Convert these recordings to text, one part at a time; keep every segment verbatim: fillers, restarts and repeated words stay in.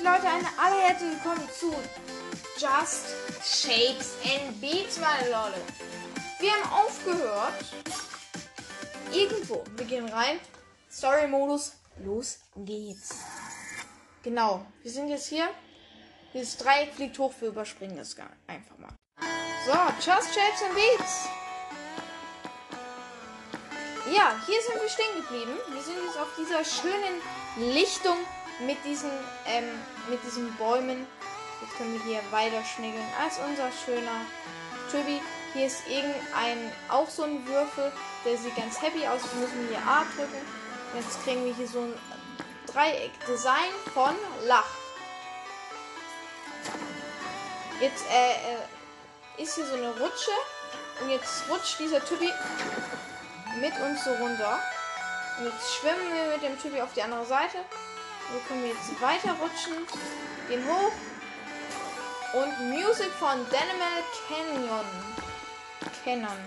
Leute, eine allerherzlich willkommen zu Just Shapes and Beats, meine Leute. Wir haben aufgehört. Irgendwo. Wir gehen rein. Story-Modus. Los geht's. Genau. Wir sind jetzt hier. Dieses Dreieck fliegt hoch. Wir überspringen das gar einfach mal. So, Just Shapes and Beats. Ja, hier sind wir stehen geblieben. Wir sind jetzt auf dieser schönen Lichtung mit diesen, ähm, mit diesen Bäumen. Jetzt können wir hier weiter schniggeln als unser schöner Tübi. Hier ist irgendein, auch so ein Würfel, der sieht ganz happy aus. Jetzt müssen wir hier A drücken. Jetzt kriegen wir hier so ein Dreieck-Design von Lach. Jetzt äh, äh, ist hier so eine Rutsche und jetzt rutscht dieser Tübi mit uns so runter. Und jetzt schwimmen wir mit dem Tübi auf die andere Seite. So können wir jetzt weiter rutschen, gehen hoch. Und Musik von Danimal Canyon. Cannon.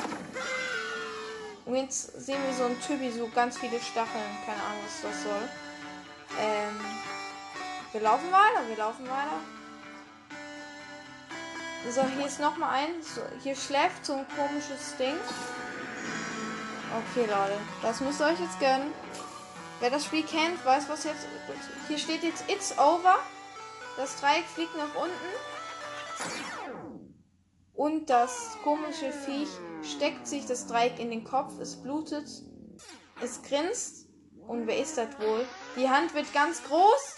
Und jetzt sehen wir so ein Tübi, so ganz viele Stacheln. Keine Ahnung, was das soll. Ähm, wir laufen weiter, wir laufen weiter. So, hier ist nochmal ein. So, hier schläft so ein komisches Ding. Okay, Leute, das müsst ihr euch jetzt gönnen. Wer das Spiel kennt, weiß, was jetzt... Hier steht jetzt It's over. Das Dreieck fliegt nach unten. Und das komische Viech steckt sich das Dreieck in den Kopf. Es blutet. Es grinst. Und wer ist das wohl? Die Hand wird ganz groß.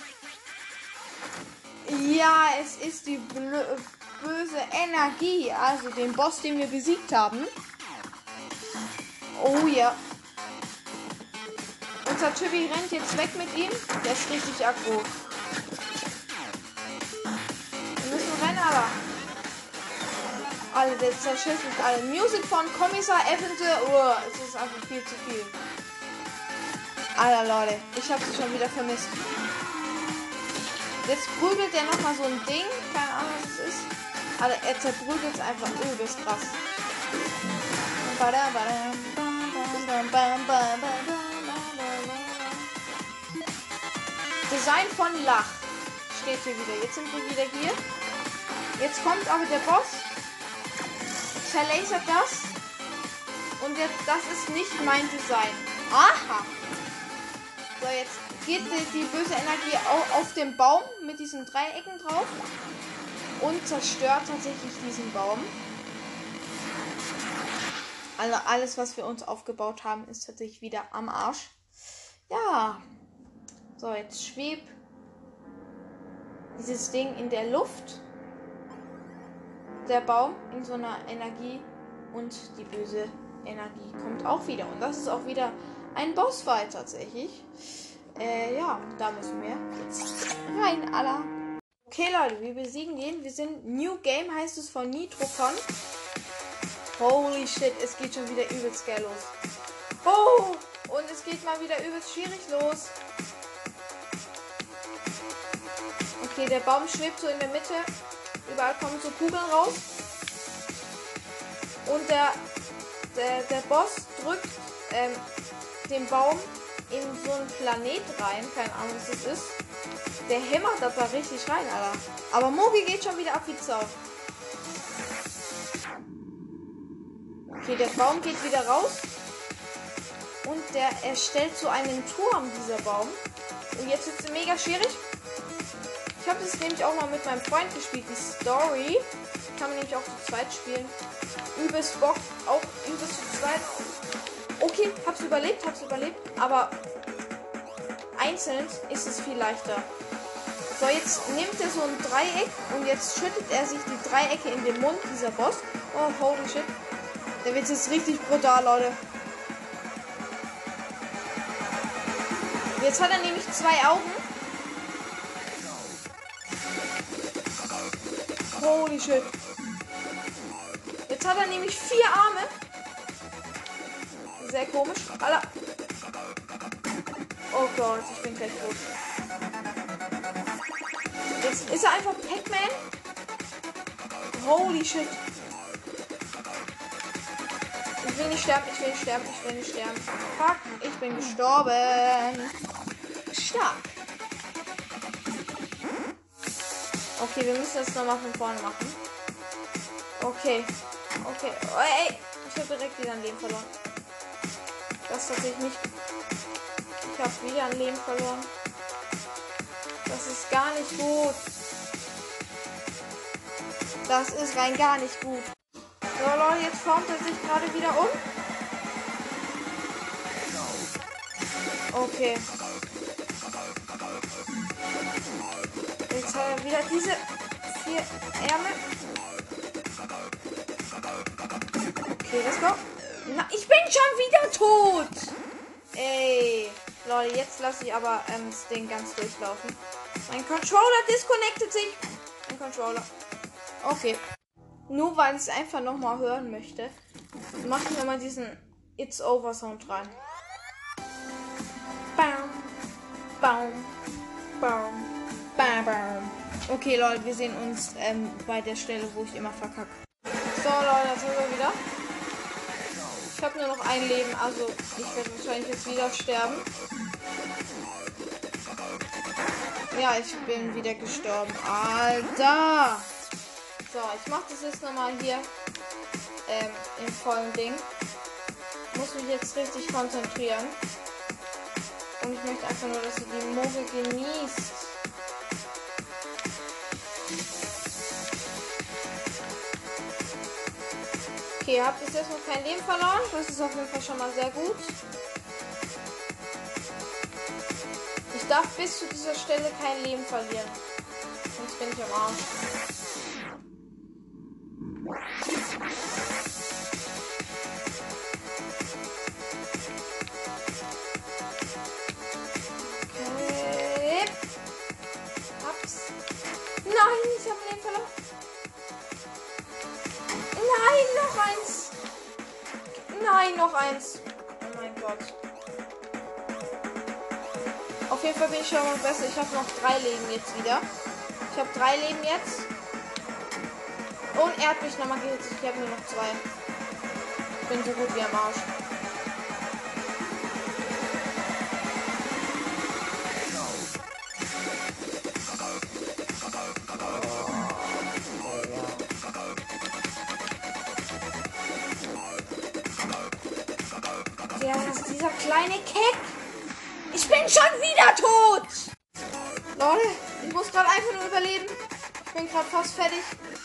Ja, es ist die böse Energie. Also den Boss, den wir besiegt haben. Oh ja. Unser Tübi rennt jetzt weg mit ihm. Der ist richtig aggro. Wir müssen rennen, aber. Alle, der zerschießt uns alle. Musik von Kommissar Evans. Oh, es ist einfach viel zu viel. Alter, Leute. Ich habe sie schon wieder vermisst. Jetzt prügelt der nochmal so ein Ding. Keine Ahnung, was es ist. Alter, er zerprügelt es einfach übelst krass. Badam, badam. Design von Lach steht hier wieder. Jetzt sind wir wieder hier. Jetzt kommt aber der Boss, zerlasert das und jetzt, das ist nicht mein Design. Aha! So, jetzt geht die, die böse Energie auf, auf den Baum mit diesen Dreiecken drauf und zerstört tatsächlich diesen Baum. Also alles, was wir uns aufgebaut haben, ist tatsächlich wieder am Arsch. Ja. So, jetzt schwebt dieses Ding in der Luft. Der Baum in so einer Energie. Und die böse Energie kommt auch wieder. Und das ist auch wieder ein Bossfight tatsächlich. Äh, ja, da müssen wir jetzt rein, Alter. Okay, Leute, wir besiegen den. Wir sind New Game, heißt es von Nitrocon. Holy shit, es geht schon wieder übelst geil los. Oh, und es geht mal wieder übelst schwierig los. Okay, der Baum schwebt so in der Mitte. Überall kommen so Kugeln raus. Und der, der, der Boss drückt ähm, den Baum in so einen Planet rein. Keine Ahnung, was das ist. Der hämmert das da richtig rein, Alter. Aber Mogi geht schon wieder ab wie Sau. Okay, der Baum geht wieder raus. Und der erstellt so einen Turm, dieser Baum. Und jetzt ist es mega schwierig. Ich habe das nämlich auch mal mit meinem Freund gespielt, die Story. Kann man nämlich auch zu zweit spielen. Übelst Bock, auch übelst zu zweit. Okay, hab's überlebt, hab's überlebt. Aber einzeln ist es viel leichter. So, jetzt nimmt er so ein Dreieck und jetzt schüttet er sich die Dreiecke in den Mund, dieser Boss. Oh, holy shit. Der wird jetzt richtig brutal, Leute. Jetzt hat er nämlich zwei Augen. Holy shit. Jetzt hat er nämlich vier Arme. Sehr komisch. Alter. Oh Gott, ich bin gleich tot. Jetzt ist er einfach Pac-Man. Holy shit. Ich will nicht sterben, ich will nicht sterben, ich will nicht sterben. Fuck, ich bin gestorben. Stark. Okay, wir müssen das nochmal von vorne machen. Okay. Okay. Oh, ey. Ich habe direkt wieder ein Leben verloren. Das tatsächlich nicht. Ich habe wieder ein Leben verloren. Das ist gar nicht gut. Das ist rein gar nicht gut. So Leute, jetzt formt er sich gerade wieder um. Okay. Jetzt hat er wieder diese vier Ärmel. Okay, let's go. Na, ich bin schon wieder tot. Ey. Leute, jetzt lasse ich aber ähm, das Ding ganz durchlaufen. Mein Controller disconnected sich. Mein Controller. Okay. Nur weil ich es einfach nochmal hören möchte, machen wir mal diesen It's Over Sound rein. Bam, bam, bam, bam, bam. Okay, Leute, wir sehen uns ähm, bei der Stelle, wo ich immer verkacke. So, Leute, da sind wir wieder. Ich habe nur noch ein Leben, also ich werde wahrscheinlich jetzt wieder sterben. Ja, ich bin wieder gestorben. Alter! So, ich mache das jetzt nochmal hier ähm, im vollen Ding. Muss mich jetzt richtig konzentrieren. Und ich möchte einfach nur, dass ihr die Mucke genießt. Okay, ihr habt bis jetzt noch kein Leben verloren. Das ist auf jeden Fall schon mal sehr gut. Ich darf bis zu dieser Stelle kein Leben verlieren. Sonst bin ich am Arsch. Okay. Hab's. Nein, ich habe Leben verloren. Nein, noch eins. Nein, noch eins. Oh mein Gott. Auf jeden Fall bin ich schon mal besser. Ich habe noch drei Leben jetzt wieder. Ich habe drei Leben jetzt. Und er hat mich nochmal gehitzt. Ich habe nur noch zwei. Ich bin so gut wie am Arsch. Ja, das ist dieser kleine Keck. Ich bin schon wieder tot. Leute, ich muss gerade einfach nur überleben. Ich bin gerade fast fertig.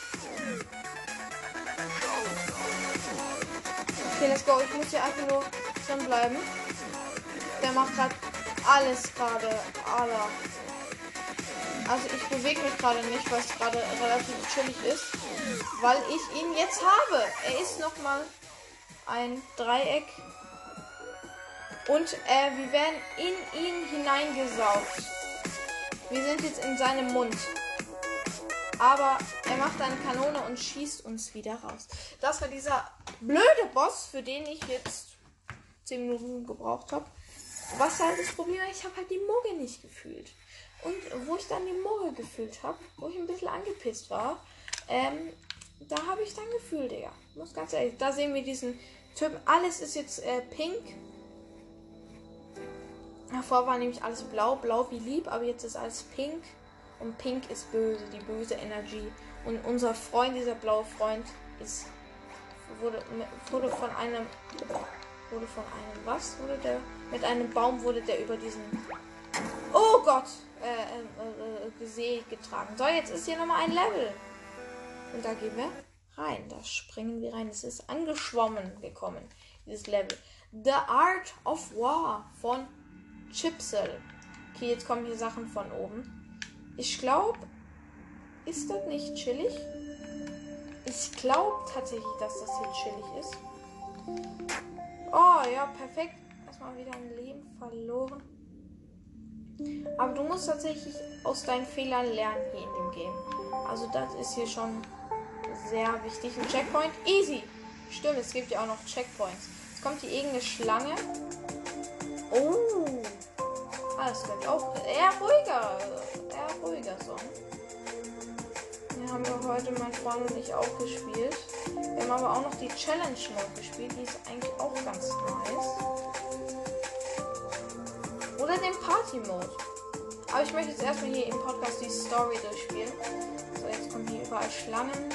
Okay, let's go. Ich muss hier einfach nur drin bleiben. Der macht gerade alles gerade. Alter. Also ich bewege mich gerade nicht, weil es gerade relativ chillig ist. Weil ich ihn jetzt habe. Er ist nochmal ein Dreieck. Und äh, wir werden in ihn hineingesaugt. Wir sind jetzt in seinem Mund. Aber er macht eine Kanone und schießt uns wieder raus. Das war dieser blöde Boss, für den ich jetzt zehn Minuten gebraucht habe. Was halt das Problem war, ich habe halt die Mugge nicht gefühlt. Und wo ich dann die Mugge gefühlt habe, wo ich ein bisschen angepisst war, ähm, da habe ich dann gefühlt, Digga. Muss ganz ehrlich, da sehen wir diesen Typen. Alles ist jetzt äh, pink. Davor war nämlich alles blau, blau wie lieb, aber jetzt ist alles pink. Und pink ist böse, die böse Energie. Und unser Freund, dieser blaue Freund, ist wurde, wurde von einem wurde von einem was? Wurde der mit einem Baum wurde der über diesen oh Gott äh, äh, äh, See getragen. So, jetzt ist hier nochmal ein Level. Und da gehen wir rein. Da springen wir rein. Es ist angeschwommen gekommen, dieses Level. The Art of War von Chipsel. Okay, jetzt kommen hier Sachen von oben. Ich glaube, ist das nicht chillig? Ich glaube tatsächlich, dass das hier chillig ist. Oh, ja, perfekt. Erstmal wieder ein Leben verloren. Aber du musst tatsächlich aus deinen Fehlern lernen hier in dem Game. Also das ist hier schon sehr wichtig. Ein Checkpoint. Easy. Stimmt, es gibt ja auch noch Checkpoints. Jetzt kommt hier irgendeine Schlange. Oh. Ah, das wird auch eher ruhiger. Eher ruhiger Song. Den haben wir heute, mein Freund und ich, auch gespielt. Wir haben aber auch noch die Challenge Mode gespielt. Die ist eigentlich auch ganz nice. Oder den Party Mode. Aber ich möchte jetzt erstmal hier im Podcast die Story durchspielen. So, jetzt kommen hier überall Schlangen.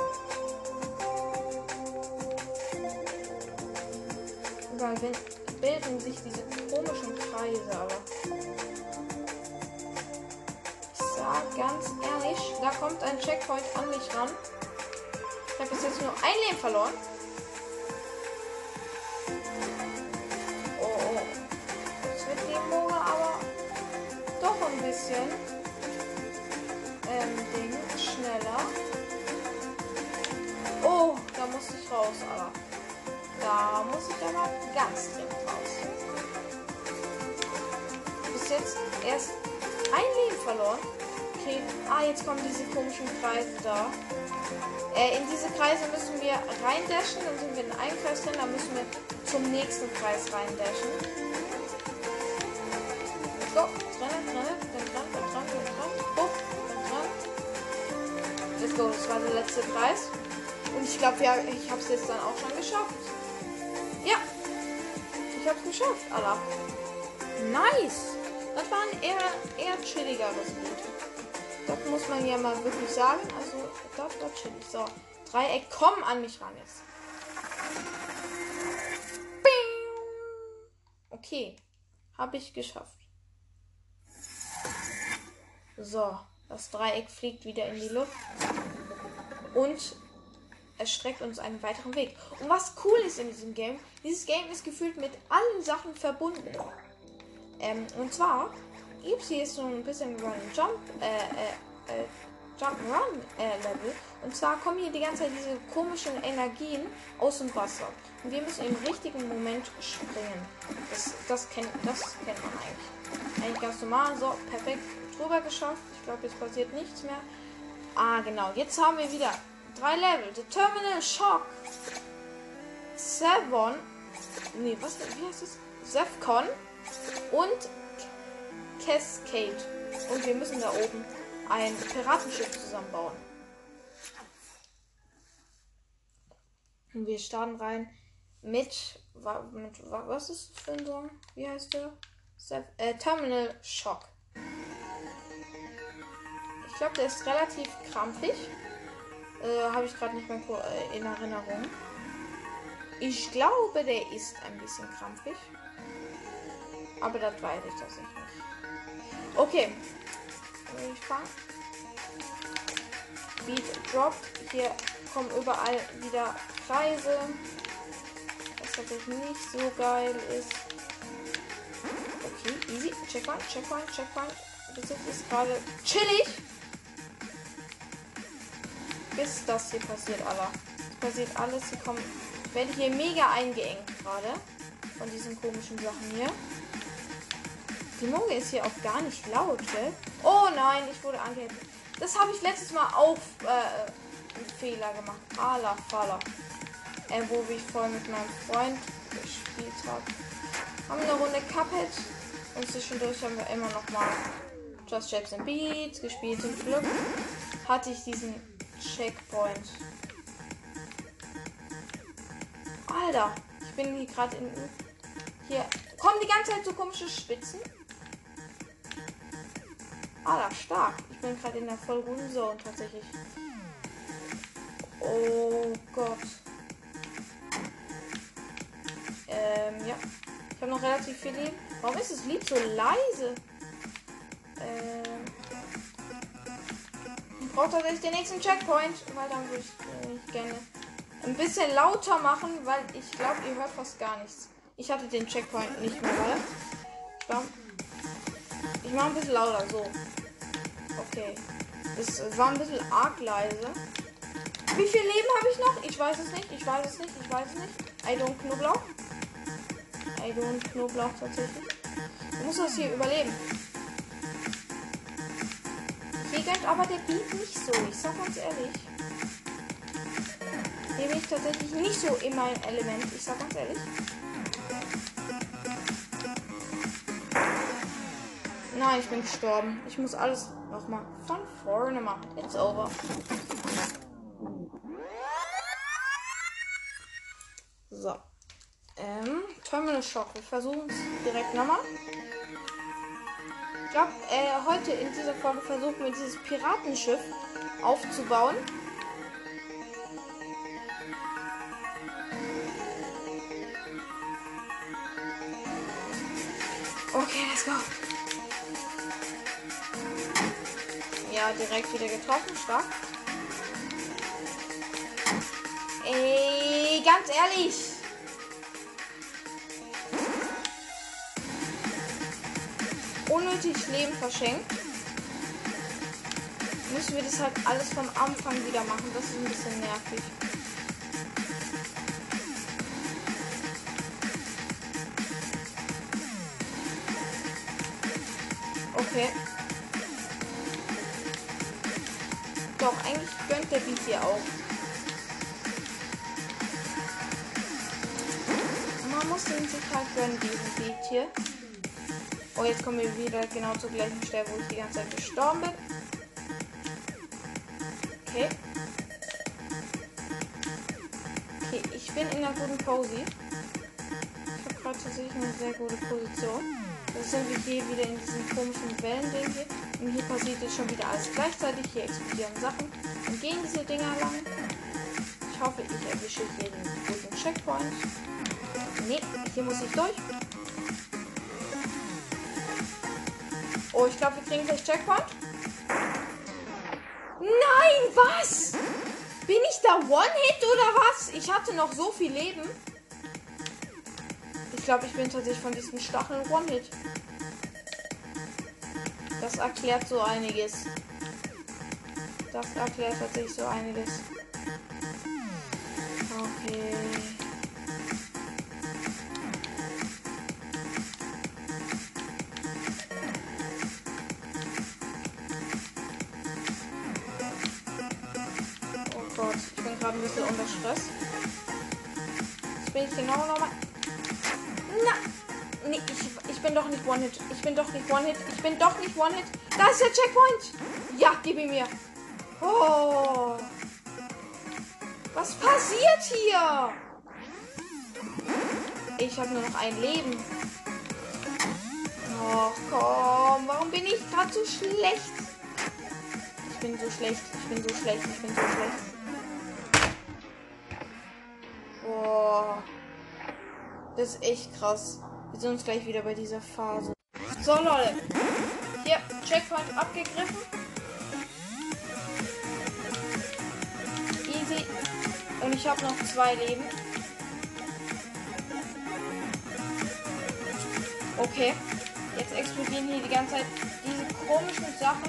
Überall bilden sich diese komischen Kreise, aber ich sag ganz ehrlich, da kommt ein Checkpoint an mich ran. Ich habe bis jetzt nur ein Leben verloren. Oh, oh. Jetzt wird die Moore aber doch ein bisschen ähm, Ding schneller. Oh, da muss ich raus, aber da muss ich aber ganz dringend raus. Bis jetzt erst ein Leben verloren. Okay. Ah, jetzt kommen diese komischen Kreise da. Äh, in diese Kreise müssen wir reindashen. Dann sind wir in einen Kreis drin. Dann müssen wir zum nächsten Kreis reindashen. So, dran, dran, dran, dran, dran, dran, dran. Buff, dran. Let's go, das war der letzte Kreis. Und ich glaube, ja, ich habe es jetzt dann auch schon geschafft. Ja, ich habe es geschafft, Alter. Nice. Das war ein eher, eher chilligeres Bild. Das muss man ja mal wirklich sagen. Also, das war chillig. So, Dreieck, komm an mich ran jetzt. Okay, habe ich geschafft. So, das Dreieck fliegt wieder in die Luft. Und es streckt uns einen weiteren Weg. Und was cool ist in diesem Game, dieses Game ist gefühlt mit allen Sachen verbunden. Ähm, und zwar gibt es hier so ein bisschen Run Jump, äh, äh, äh, Jump Run äh, Level. Und zwar kommen hier die ganze Zeit diese komischen Energien aus dem Wasser. Und wir müssen im richtigen Moment springen. Das, das, kennt, das kennt man eigentlich. Eigentlich ganz normal. So, perfekt drüber geschafft. Ich glaube, jetzt passiert nichts mehr. Ah, genau. Jetzt haben wir wieder drei Level. The Terminal Shock. Seven. Nee, was? Wie heißt das? Zefcon. Und Cascade. Und wir müssen da oben ein Piratenschiff zusammenbauen. Und wir starten rein mit, mit was ist das für ein Song? Wie heißt der? Zef, äh, Terminal Shock. Ich glaube, der ist relativ krampfig. Äh, Habe ich gerade nicht mehr in Erinnerung. Ich glaube, der ist ein bisschen krampfig. Aber das weiß ich tatsächlich nicht. Okay. Ich fange. Beat droppt. Hier kommen überall wieder Kreise. Was tatsächlich nicht so geil ist. Okay, easy. Checkpoint, Checkpoint, Checkpoint. Das ist gerade chillig. Bis das hier passiert, Alter. Es passiert alles. Hier kommen. Ich werde hier mega eingeengt gerade. Von diesen komischen Sachen hier. Die Munge ist hier auch gar nicht laut, gell? Oh nein, ich wurde angehört. Das habe ich letztes Mal auch äh, einen Fehler gemacht. Ala Fala. Äh, wo ich vorhin mit meinem Freund gespielt habe. Haben wir eine Runde Cuphead. Und zwischendurch haben wir immer noch mal Just Shapes and Beats gespielt. Zum Glück hatte ich diesen Checkpoint. Alter, ich bin hier gerade in... Hier kommen die ganze Zeit so komische Spitzen. Alter, stark. Ich bin gerade in der voll guten Zone tatsächlich. Oh Gott. Ähm, ja. Ich habe noch relativ viel Leben. Warum ist das Lied so leise? Ähm. Ich brauche tatsächlich den nächsten Checkpoint, weil dann würde ich äh, gerne ein bisschen lauter machen, weil ich glaube, ihr hört fast gar nichts. Ich hatte den Checkpoint nicht mehr, weil ich, glaub, ich mache ein bisschen lauter, so. Okay. Das war ein bisschen arg leise. Wie viel Leben habe ich noch? Ich weiß es nicht, ich weiß es nicht, ich weiß es nicht. I don't Knoblauch. I don't Knoblauch tatsächlich. Ich muss das hier überleben. Hier gönnt aber der Beat nicht so. Ich sag ganz ehrlich. Hier bin ich tatsächlich nicht so in meinem Element. Ich sag ganz ehrlich. Nein, ich bin gestorben. Ich muss alles nochmal von vorne machen. It's over. So. Ähm, Terminal Shock. Wir versuchen es direkt nochmal. glaube, äh, heute in dieser Folge versuchen wir dieses Piratenschiff aufzubauen. Okay, let's go. Ja, direkt wieder getroffen, stark. Ey, ganz ehrlich. Unnötig Leben verschenkt. Müssen wir das halt alles vom Anfang wieder machen. Das ist ein bisschen nervig. Okay. Doch, eigentlich gönnt der Beat hier auch. Man muss den sich halt gönnen, diesen Beat hier. Oh, jetzt kommen wir wieder genau zur gleichen Stelle, wo ich die ganze Zeit gestorben bin. Okay. Okay, ich bin in einer guten Pose. Ich habe gerade tatsächlich eine sehr gute Position. Jetzt sind wir hier wieder in diesen komischen Wellen-Ding hier. Und hier passiert jetzt schon wieder alles gleichzeitig. Hier explodieren Sachen. Und gehen diese Dinger lang. Ich hoffe, ich erwische hier den guten Checkpoint. Nee, hier muss ich durch. Oh, ich glaube, wir kriegen gleich Checkpoint. Nein, was? Bin ich da One-Hit oder was? Ich hatte noch so viel Leben. Ich glaube, ich bin tatsächlich von diesen Stacheln One-Hit. Das erklärt so einiges. Das erklärt tatsächlich so einiges. Okay. Oh Gott, ich bin gerade ein bisschen unter Stress. Jetzt bin ich genau nochmal. Na! Nee, ich, ich bin doch nicht One-Hit. Ich bin doch nicht One-Hit. Ich bin doch nicht One-Hit. Da ist der Checkpoint. Ja, gib ihn mir. Oh. Was passiert hier? Ich habe nur noch ein Leben. Oh, komm. Warum bin ich gerade so schlecht? Ich bin so schlecht. Ich bin so schlecht. Ich bin so schlecht. Boah. Das ist echt krass. Wir sind uns gleich wieder bei dieser Phase. So, Leute. Hier, Checkpoint abgegriffen. Easy. Und ich habe noch zwei Leben. Okay. Jetzt explodieren hier die ganze Zeit diese komischen Sachen.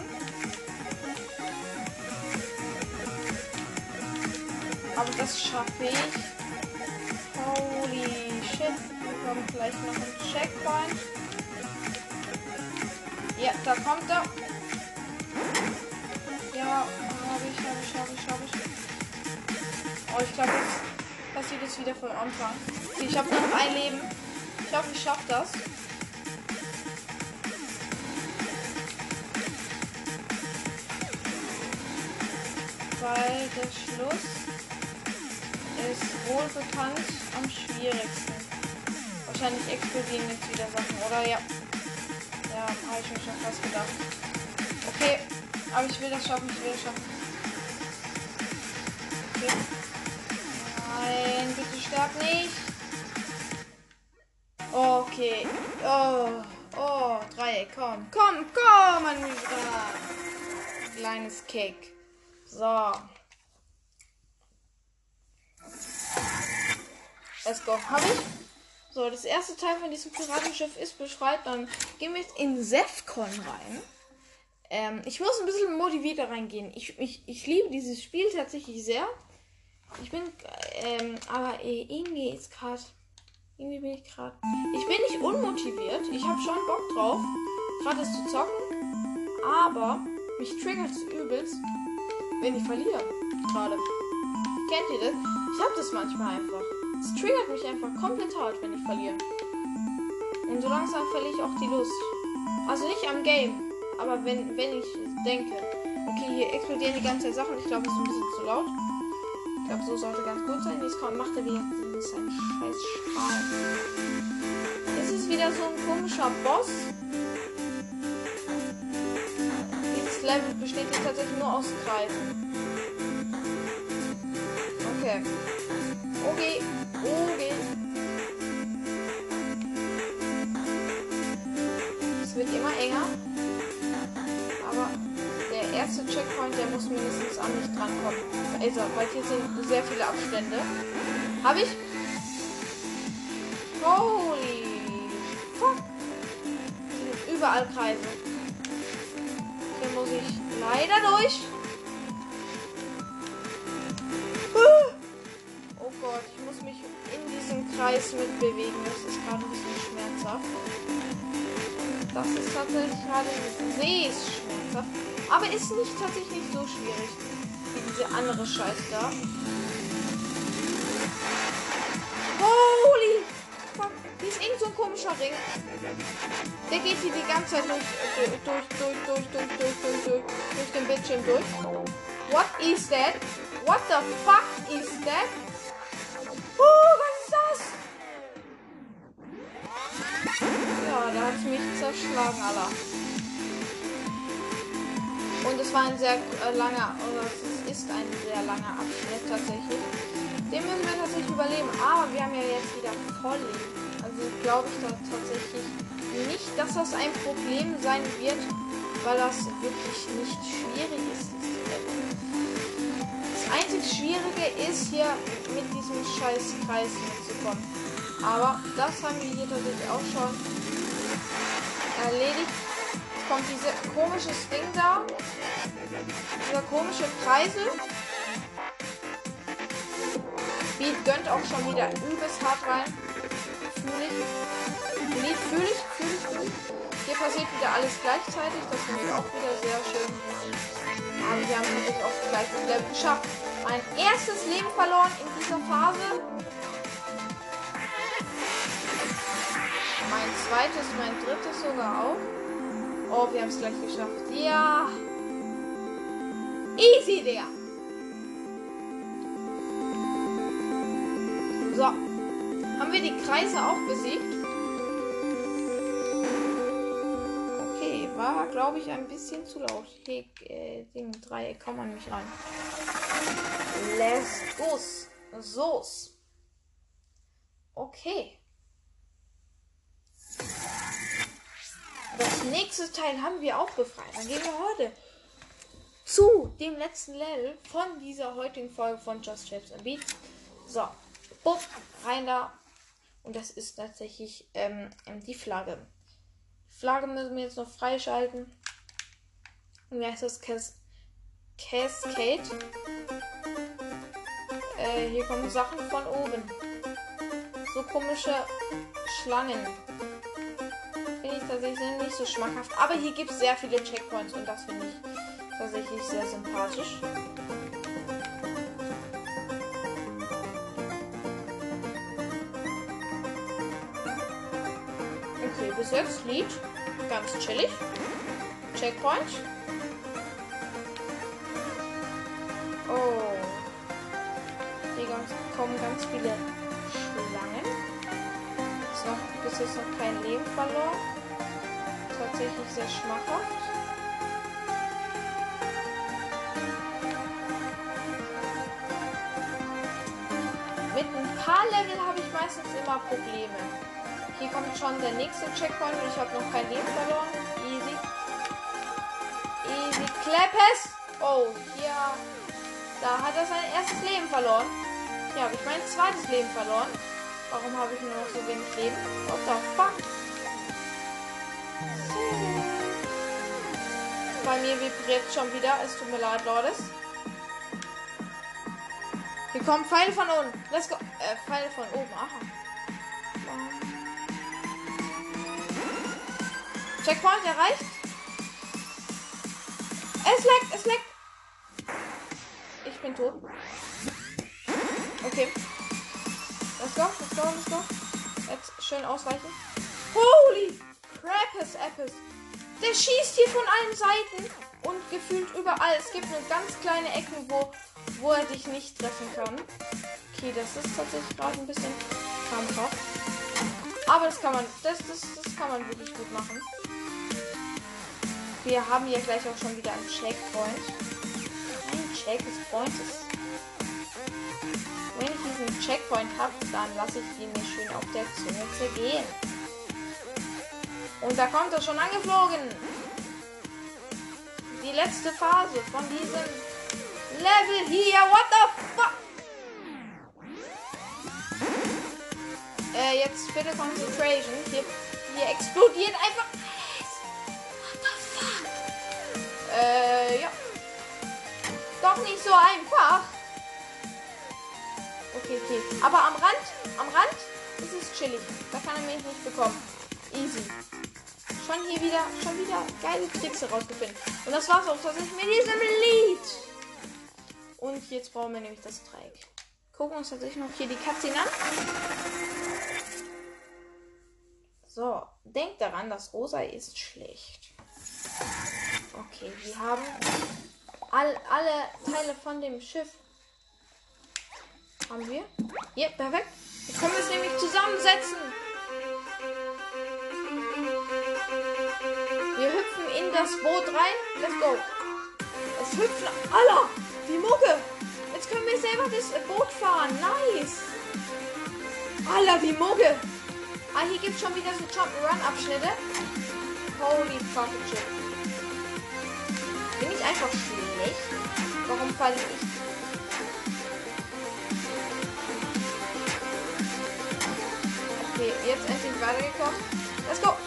Aber das schaffe ich. Holy shit. Wir kommen gleich noch ein Checkpoint. Ja, da kommt er. Ja, habe ich, habe ich, habe ich, habe ich. Oh, ich glaube, jetzt passiert es wieder vom Anfang. Okay, ich habe nur noch ein Leben. Ich hoffe, ich schaffe das. Weil der Schluss ist wohl bekannt am schwierigsten. Wahrscheinlich explodieren jetzt wieder Sachen, oder? Ja. Ja, habe ich mir schon fast gedacht. Okay, aber ich will das schaffen, ich will das schaffen. Okay. Nein, bitte sterb nicht. Okay. Oh, oh, Dreieck, komm, komm, komm, mein Bruder. Kleines Kick. So. Let's go. Hab ich? So, das erste Teil von diesem Piratenschiff ist beschreibt. Dann gehen wir jetzt in Sefcon rein. Ähm, ich muss ein bisschen motivierter reingehen. Ich, ich, ich liebe dieses Spiel tatsächlich sehr. Ich bin, ähm, aber äh, irgendwie ist gerade, irgendwie bin ich gerade, ich bin nicht unmotiviert. Ich habe schon Bock drauf, gerade das zu zocken. Aber mich triggert es übelst, wenn ich verliere. Gerade. Kennt ihr das? Ich habe das manchmal einfach. Es triggert mich einfach komplett hart, wenn ich verliere. Und so langsam verliere ich auch die Lust. Also nicht am Game, aber wenn, wenn ich denke, okay, hier explodieren die ganze Zeit Sachen. Ich glaube, es ist ein bisschen zu laut. Ich glaube, so sollte ganz gut sein. Jetzt kommt, macht er wieder seinen scheiß Strahl. Ist es wieder so ein komischer Boss? Level besteht jetzt tatsächlich nur aus Kreisen. Okay. Okay. Okay. Es wird immer enger. Aber der erste Checkpoint, der muss mindestens an mich drankommen. Also, weil hier sind sehr viele Abstände. Habe ich? Holy fuck. Hier sind überall Kreise. Hier muss ich leider durch. Oh Gott, ich muss mich in diesem Kreis mitbewegen. Das ist gerade ein bisschen schmerzhaft. Das ist tatsächlich gerade sehr schmerzhaft. Aber ist nicht tatsächlich so schwierig wie diese andere Scheiß da. Holy fuck. Hier ist irgend so ein komischer Ring. Der geht hier die ganze Zeit durch, durch, durch, durch, durch, durch, durch, durch, durch, durch den Bildschirm durch. What is that? What the fuck is that? Oh, was ist das? Ja, da hat es mich zerschlagen, Allah. Und es war ein sehr äh, langer, oder es ist ein sehr langer Abschnitt tatsächlich. Den müssen wir tatsächlich überleben. Aber wir haben ja jetzt wieder voll Leben. Also glaube ich da tatsächlich nicht, dass das ein Problem sein wird, weil das wirklich nicht schwierig ist. Das einzig Schwierige ist hier mit diesem scheiß Kreis mitzukommen. Aber das haben wir hier tatsächlich auch schon erledigt. Jetzt kommt dieses komisches Ding da. Dieser komische Kreisel. Beat gönnt auch schon wieder übelst hart rein. Fühle ich. Beat fühle ich, fühle ich, fühle ich. Hier passiert wieder alles gleichzeitig. Das finde ich auch wieder sehr schön. Aber wir haben natürlich auch gleich das Level geschafft. Mein erstes Leben verloren in dieser Phase. Mein zweites, mein drittes sogar auch. Oh, wir haben es gleich geschafft. Ja. Easy, Digga. So. Haben wir die Kreise auch besiegt? Okay, war, glaube ich, ein bisschen zu laut. Hier, äh, Ding, Dreieck, komm an mich rein. Let's go. So. Okay. Das nächste Teil haben wir auch befreit. Dann gehen wir heute zu dem letzten Level von dieser heutigen Folge von Just Shapes and Beats. So, bupp, rein da. Und das ist tatsächlich ähm, die Flagge. Die Flagge müssen wir jetzt noch freischalten. Und wie heißt das? Cas Cascade. Äh, hier kommen Sachen von oben. So komische Schlangen. Finde ich tatsächlich nicht so schmackhaft. Aber hier gibt es sehr viele Checkpoints und das finde ich tatsächlich sehr sympathisch. Okay, bis jetzt Lied. Ganz chillig. Checkpoint. Oh. Hier ganz, kommen ganz viele Schlangen. Ist noch, bis jetzt noch kein Leben verloren. Tatsächlich sehr schmackhaft. Mit ein paar Level habe ich meistens immer Probleme. Hier kommt schon der nächste Checkpoint und ich habe noch kein Leben verloren. Easy. Easy Clappes. Oh, hier. Da hat er sein erstes Leben verloren. Hier habe ich mein zweites Leben verloren. Warum habe ich nur noch so wenig Leben? What the fuck? Bei mir vibriert schon wieder. Es tut mir leid, Leute. Hier kommen Pfeile von unten. Let's go. Äh, Pfeile von oben. Aha. Checkpoint erreicht. Es leckt, es leckt. Ich bin tot. Okay. Let's go, let's go, let's go. Jetzt schön ausweichen. Holy Crappers Apples. Der schießt hier von allen Seiten und gefühlt überall. Es gibt nur ganz kleine Ecken, wo, wo er dich nicht treffen kann. Okay, das ist tatsächlich gerade ein bisschen krampfhaft. Aber das kann man, das, das, das kann man wirklich gut machen. wir haben hier gleich auch schon wieder einen Checkpoint. Ein Checkpoint ist. Wenn ich diesen Checkpoint habe, dann lasse ich ihn mir schön auf der Zunge zergehen. Und da kommt er schon angeflogen. Die letzte Phase von diesem Level hier. What the fuck? Äh, jetzt bitte Concentration. Hier, hier explodiert einfach alles. What the fuck? Äh, ja. Doch nicht so einfach. Okay, okay. Aber am Rand, am Rand ist es chillig. Da kann er mich nicht bekommen. Easy. Schon hier wieder, schon wieder geile Tricks herausgefunden. Und das war's auch tatsächlich mit diesem Lied. Und jetzt brauchen wir nämlich das Dreieck. Gucken uns tatsächlich noch hier die Cutscene an. So, denkt daran, das Rosa ist schlecht. Okay, wir haben all, alle Teile von dem Schiff. Haben wir? Ja, perfekt. Jetzt können wir es nämlich zusammensetzen. Wir hüpfen in das Boot rein. Let's go. Es hüpfen alle. Die Mucke. Jetzt können wir selber das Boot fahren. Nice. Alla, die Mucke. Ah, hier gibt es schon wieder so Jump-Run-Abschnitte. Holy fucking shit. Bin ich einfach schlecht? Warum falle ich? Okay, jetzt endlich weitergekommen. Let's go.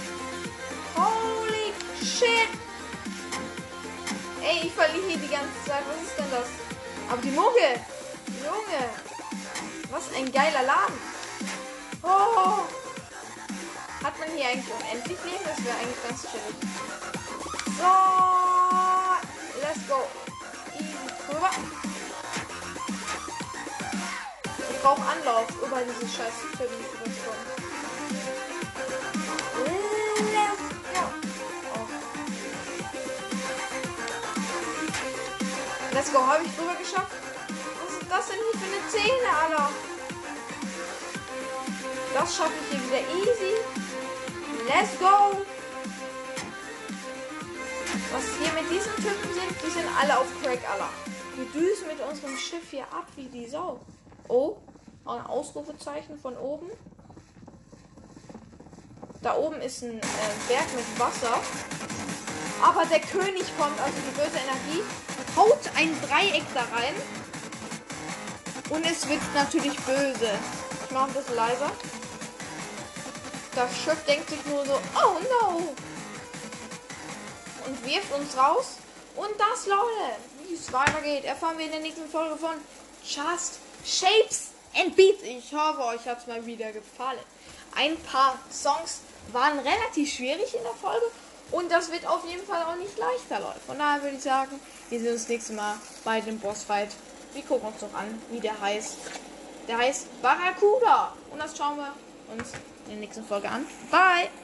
Holy shit. Ey, ich verliere hier die ganze Zeit. Was ist denn das? Aber die Mucke. Junge. Was ein geiler Laden. Oh. Hat man hier eigentlich unendlich Leben? Das wäre eigentlich ganz chillig. So. Let's go. Easy drüber. Ich brauche Anlauf über diese scheiß Typen zu kommen. Let's go, habe ich drüber geschafft. Was ist das denn hier für eine Zähne, Alter? Das schaffe ich hier wieder easy. Let's go. Was hier mit diesen Typen sind, die sind alle auf Crack, Alter. Wir düsen mit unserem Schiff hier ab wie die Sau. Oh, ein Ausrufezeichen von oben. Da oben ist ein äh, Berg mit Wasser. Aber der König kommt, also die böse Energie, haut ein Dreieck da rein. Und es wird natürlich böse. Ich mache ein bisschen leiser. Das Schiff denkt sich nur so, oh no. Und wirft uns raus. Und das, Leute, wie es weitergeht, erfahren wir in der nächsten Folge von Just Shapes and Beats. Ich hoffe, euch hat es mal wieder gefallen. Ein paar Songs waren relativ schwierig in der Folge. Und das wird auf jeden Fall auch nicht leichter, Leute. Von daher würde ich sagen, wir sehen uns das nächste Mal bei dem Bossfight. Wir gucken uns noch an, wie der heißt. Der heißt Barracuda. Und das schauen wir uns in der nächsten Folge an. Bye!